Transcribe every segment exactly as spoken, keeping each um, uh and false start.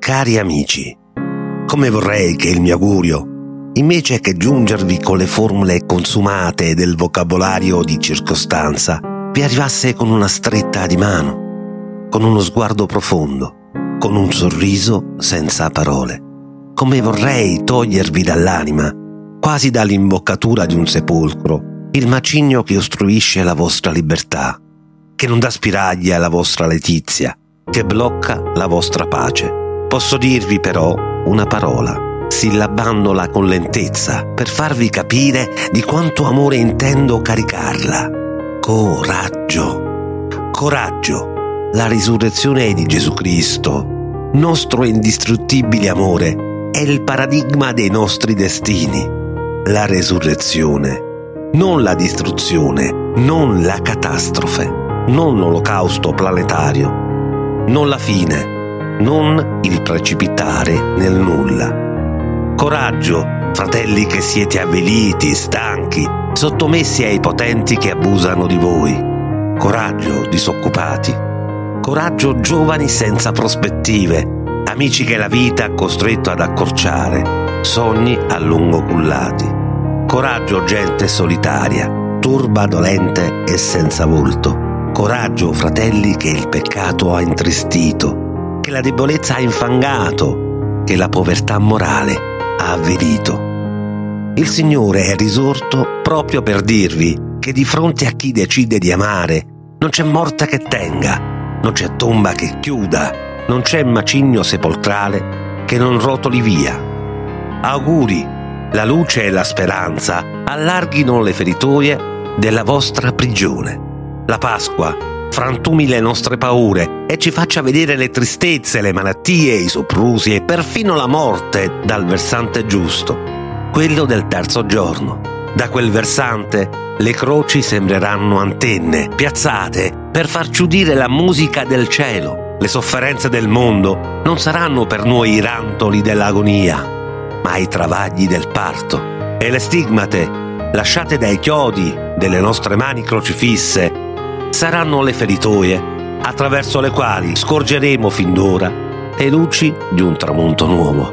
Cari amici, come vorrei che il mio augurio, invece che giungervi con le formule consumate del vocabolario di circostanza, vi arrivasse con una stretta di mano, con uno sguardo profondo, con un sorriso senza parole. Come vorrei togliervi dall'anima, quasi dall'imboccatura di un sepolcro, il macigno che ostruisce la vostra libertà, che non dà spiragli alla vostra letizia, che blocca la vostra pace. Posso dirvi però una parola, sillabandola con lentezza, per farvi capire di quanto amore intendo caricarla. Coraggio. Coraggio. La risurrezione di Gesù Cristo, nostro indistruttibile amore, è il paradigma dei nostri destini. La resurrezione, non la distruzione, non la catastrofe, non l'olocausto planetario, non la fine, non il precipitare nel nulla. Coraggio, fratelli che siete avviliti, stanchi, sottomessi ai potenti che abusano di voi. Coraggio, disoccupati. Coraggio, giovani senza prospettive, amici che la vita ha costretto ad accorciare, sogni a lungo cullati. Coraggio, gente solitaria, turba, dolente e senza volto. Coraggio, fratelli, che il peccato ha intristito, che la debolezza ha infangato, che la povertà morale ha avvilito. Il Signore è risorto proprio per dirvi che di fronte a chi decide di amare non c'è morte che tenga, non c'è tomba che chiuda, non c'è macigno sepolcrale che non rotoli via. Auguri, la luce e la speranza allarghino le feritoie della vostra prigione. La Pasqua frantumi le nostre paure e ci faccia vedere le tristezze, le malattie, i soprusi e perfino la morte dal versante giusto, quello del terzo giorno. Da quel versante le croci sembreranno antenne piazzate per farci udire la musica del cielo. Le sofferenze del mondo non saranno per noi i rantoli dell'agonia, ma i travagli del parto. E le stigmate lasciate dai chiodi delle nostre mani crocifisse saranno le feritoie attraverso le quali scorgeremo fin d'ora le luci di un tramonto nuovo.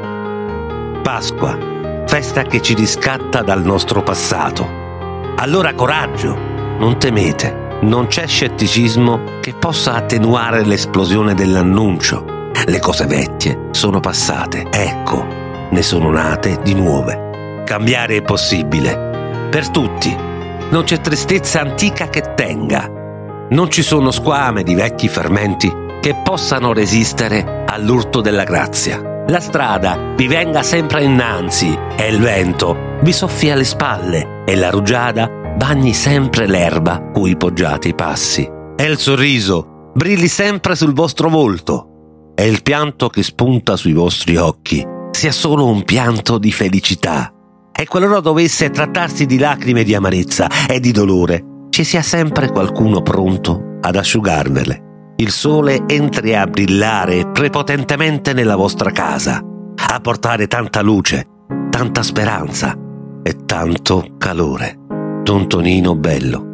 Pasqua, festa che ci riscatta dal nostro passato. Allora coraggio, non temete, non c'è scetticismo che possa attenuare l'esplosione dell'annuncio. Le cose vecchie sono passate, ecco, ne sono nate di nuove. Cambiare è possibile, per tutti. Non c'è tristezza antica che tenga. Non ci sono squame di vecchi fermenti che possano resistere all'urto della grazia. La strada vi venga sempre innanzi e il vento vi soffia alle spalle e la rugiada bagni sempre l'erba cui poggiate i passi. E il sorriso brilli sempre sul vostro volto e il pianto che spunta sui vostri occhi sia solo un pianto di felicità. E qualora dovesse trattarsi di lacrime di amarezza e di dolore, ci sia sempre qualcuno pronto ad asciugarvele. Il sole entri a brillare prepotentemente nella vostra casa, a portare tanta luce, tanta speranza e tanto calore. Don Tonino Bello.